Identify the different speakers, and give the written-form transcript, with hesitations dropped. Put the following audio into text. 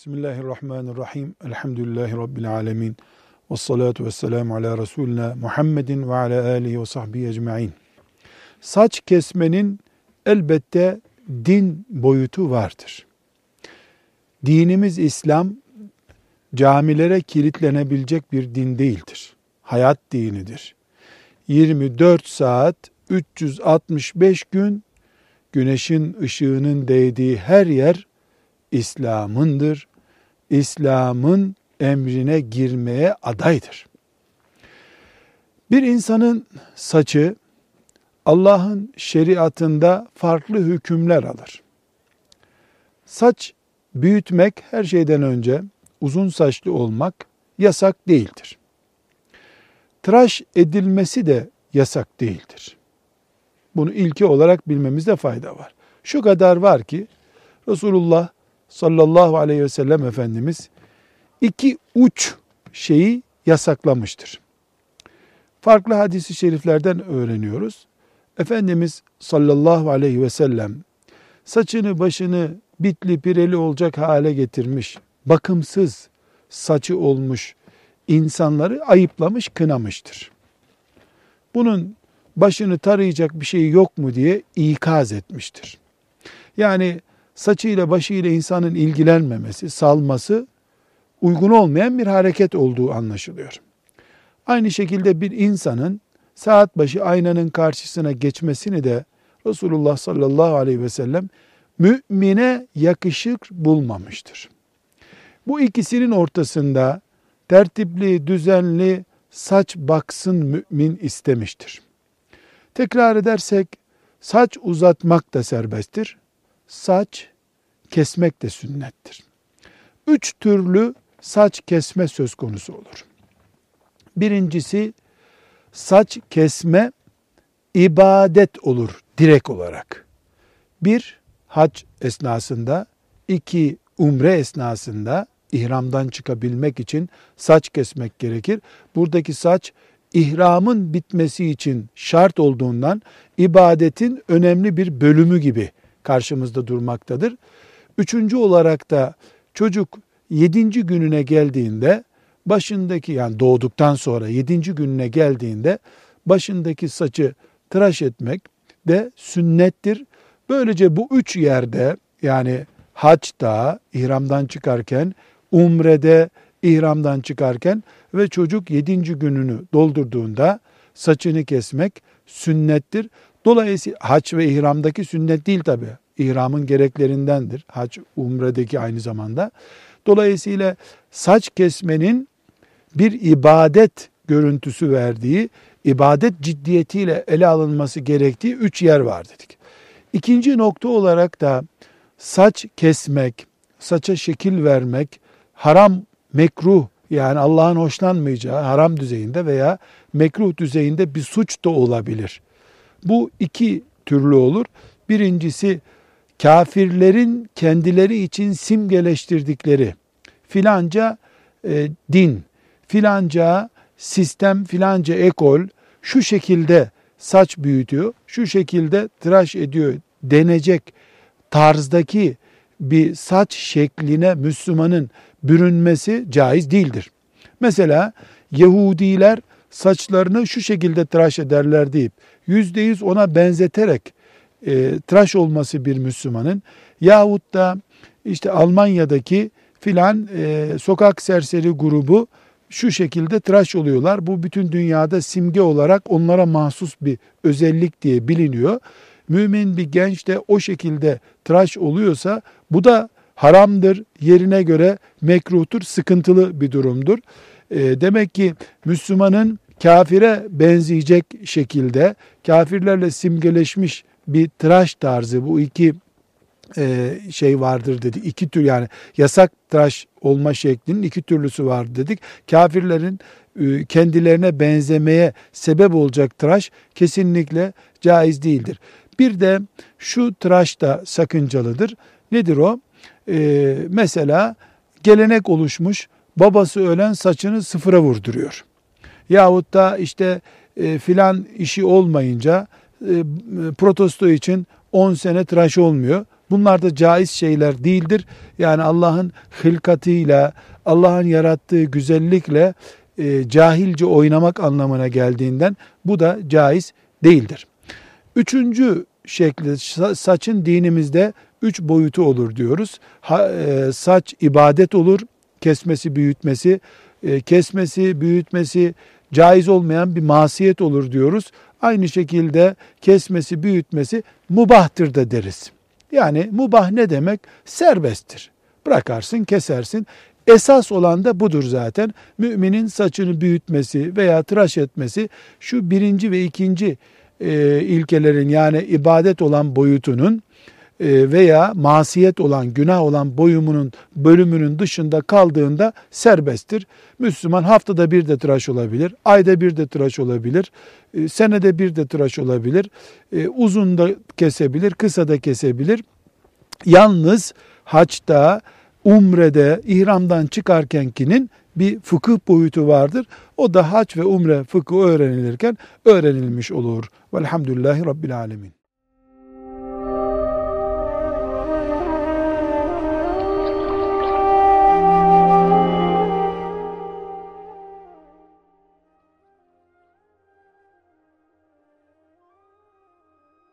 Speaker 1: Bismillahirrahmanirrahim. Elhamdülillahi Rabbil alemin. Vessalatu vesselamu ala Resulina Muhammedin ve ala alihi ve sahbihi ecma'in. Saç kesmenin elbette din boyutu vardır. Dinimiz İslam, camilere kilitlenebilecek bir din değildir. Hayat dinidir. 24 saat, 365 gün, güneşin ışığının değdiği her yer İslam'ındır. İslam'ın emrine girmeye adaydır. Bir insanın saçı Allah'ın şeriatında farklı hükümler alır. Saç büyütmek her şeyden önce uzun saçlı olmak yasak değildir. Tıraş edilmesi de yasak değildir. Bunu ilki olarak bilmemizde fayda var. Şu kadar var ki Resulullah sallallahu aleyhi ve sellem Efendimiz iki uç şeyi yasaklamıştır. Farklı hadis-i şeriflerden öğreniyoruz. Efendimiz sallallahu aleyhi ve sellem saçını başını bitli pireli olacak hale getirmiş, bakımsız saçı olmuş insanları ayıplamış, kınamıştır. Bunun başını tarayacak bir şey yok mu diye ikaz etmiştir. Yani saçıyla başıyla insanın ilgilenmemesi, salması uygun olmayan bir hareket olduğu anlaşılıyor. Aynı şekilde bir insanın saat başı aynanın karşısına geçmesini de Resulullah sallallahu aleyhi ve sellem mümine yakışır bulmamıştır. Bu ikisinin ortasında tertipli, düzenli saç baksın mümin istemiştir. Tekrar edersek saç uzatmak da serbesttir. Saç kesmek de sünnettir. 3 türlü saç kesme söz konusu olur. Birincisi, saç kesme ibadet olur direkt olarak. 1, hac esnasında, 2, umre esnasında ihramdan çıkabilmek için saç kesmek gerekir. Buradaki saç ihramın bitmesi için şart olduğundan ibadetin önemli bir bölümü gibi karşımızda durmaktadır. 3. olarak da çocuk 7. gününe geldiğinde başındaki, yani doğduktan sonra 7. gününe geldiğinde başındaki saçı tıraş etmek de sünnettir. Böylece bu 3 yerde, yani haçta ihramdan çıkarken, umrede ihramdan çıkarken ve çocuk 7. gününü doldurduğunda saçını kesmek sünnettir. Dolayısıyla hac ve ihramdaki sünnet değil tabi. İhramın gereklerindendir. Hac, umredeki aynı zamanda. Dolayısıyla saç kesmenin bir ibadet görüntüsü verdiği, ibadet ciddiyetiyle ele alınması gerektiği 3 yer var dedik. İkinci nokta olarak da saç kesmek, saça şekil vermek haram, mekruh, yani Allah'ın hoşlanmayacağı haram düzeyinde veya mekruh düzeyinde bir suç da olabilir. Bu 2 türlü olur. Birincisi, kafirlerin kendileri için simgeleştirdikleri filanca din, filanca sistem, filanca ekol şu şekilde saç büyütüyor, şu şekilde tıraş ediyor denecek tarzdaki bir saç şekline Müslümanın bürünmesi caiz değildir. Mesela Yahudiler saçlarını şu şekilde tıraş ederler deyip %100 ona benzeterek tıraş olması bir Müslümanın, yahut da işte Almanya'daki filan sokak serseri grubu şu şekilde tıraş oluyorlar. Bu bütün dünyada simge olarak onlara mahsus bir özellik diye biliniyor. Mümin bir genç de o şekilde tıraş oluyorsa bu da haramdır, yerine göre mekruhtur, sıkıntılı bir durumdur. Demek ki Müslümanın kafire benzeyecek şekilde, kafirlerle simgeleşmiş bir tıraş tarzı, bu 2 şey vardır dedi. 2 tür, yani yasak tıraş olma şeklinin 2 türlüsü var dedik. Kafirlerin kendilerine benzemeye sebep olacak tıraş kesinlikle caiz değildir. Bir de şu tıraş da sakıncalıdır. Nedir o? Mesela gelenek oluşmuş, babası ölen saçını sıfıra vurduruyor. Yahut da işte filan işi olmayınca protesto için 10 sene tıraş olmuyor. Bunlar da caiz şeyler değildir. Yani Allah'ın hılkatıyla, Allah'ın yarattığı güzellikle cahilce oynamak anlamına geldiğinden bu da caiz değildir. Üçüncü şekli, saçın dinimizde 3 boyutu olur diyoruz. Saç ibadet olur, kesmesi, büyütmesi. Kesmesi, büyütmesi caiz olmayan bir masiyet olur diyoruz. Aynı şekilde kesmesi, büyütmesi mubahtır da deriz. Yani mubah ne demek? Serbesttir. Bırakarsın, kesersin. Esas olan da budur zaten. Müminin saçını büyütmesi veya tıraş etmesi şu birinci ve ikinci ilkelerin, yani ibadet olan boyutunun veya masiyet olan, günah olan bölümünün dışında kaldığında serbesttir. Müslüman haftada bir de tıraş olabilir, ayda bir de tıraş olabilir, senede bir de tıraş olabilir, uzun da kesebilir, kısa da kesebilir. Yalnız haçta, umrede, ihramdan çıkarkenkinin bir fıkıh boyutu vardır. O da hac ve umre fıkhı öğrenilirken öğrenilmiş olur. Velhamdülillahi Rabbil Alemin.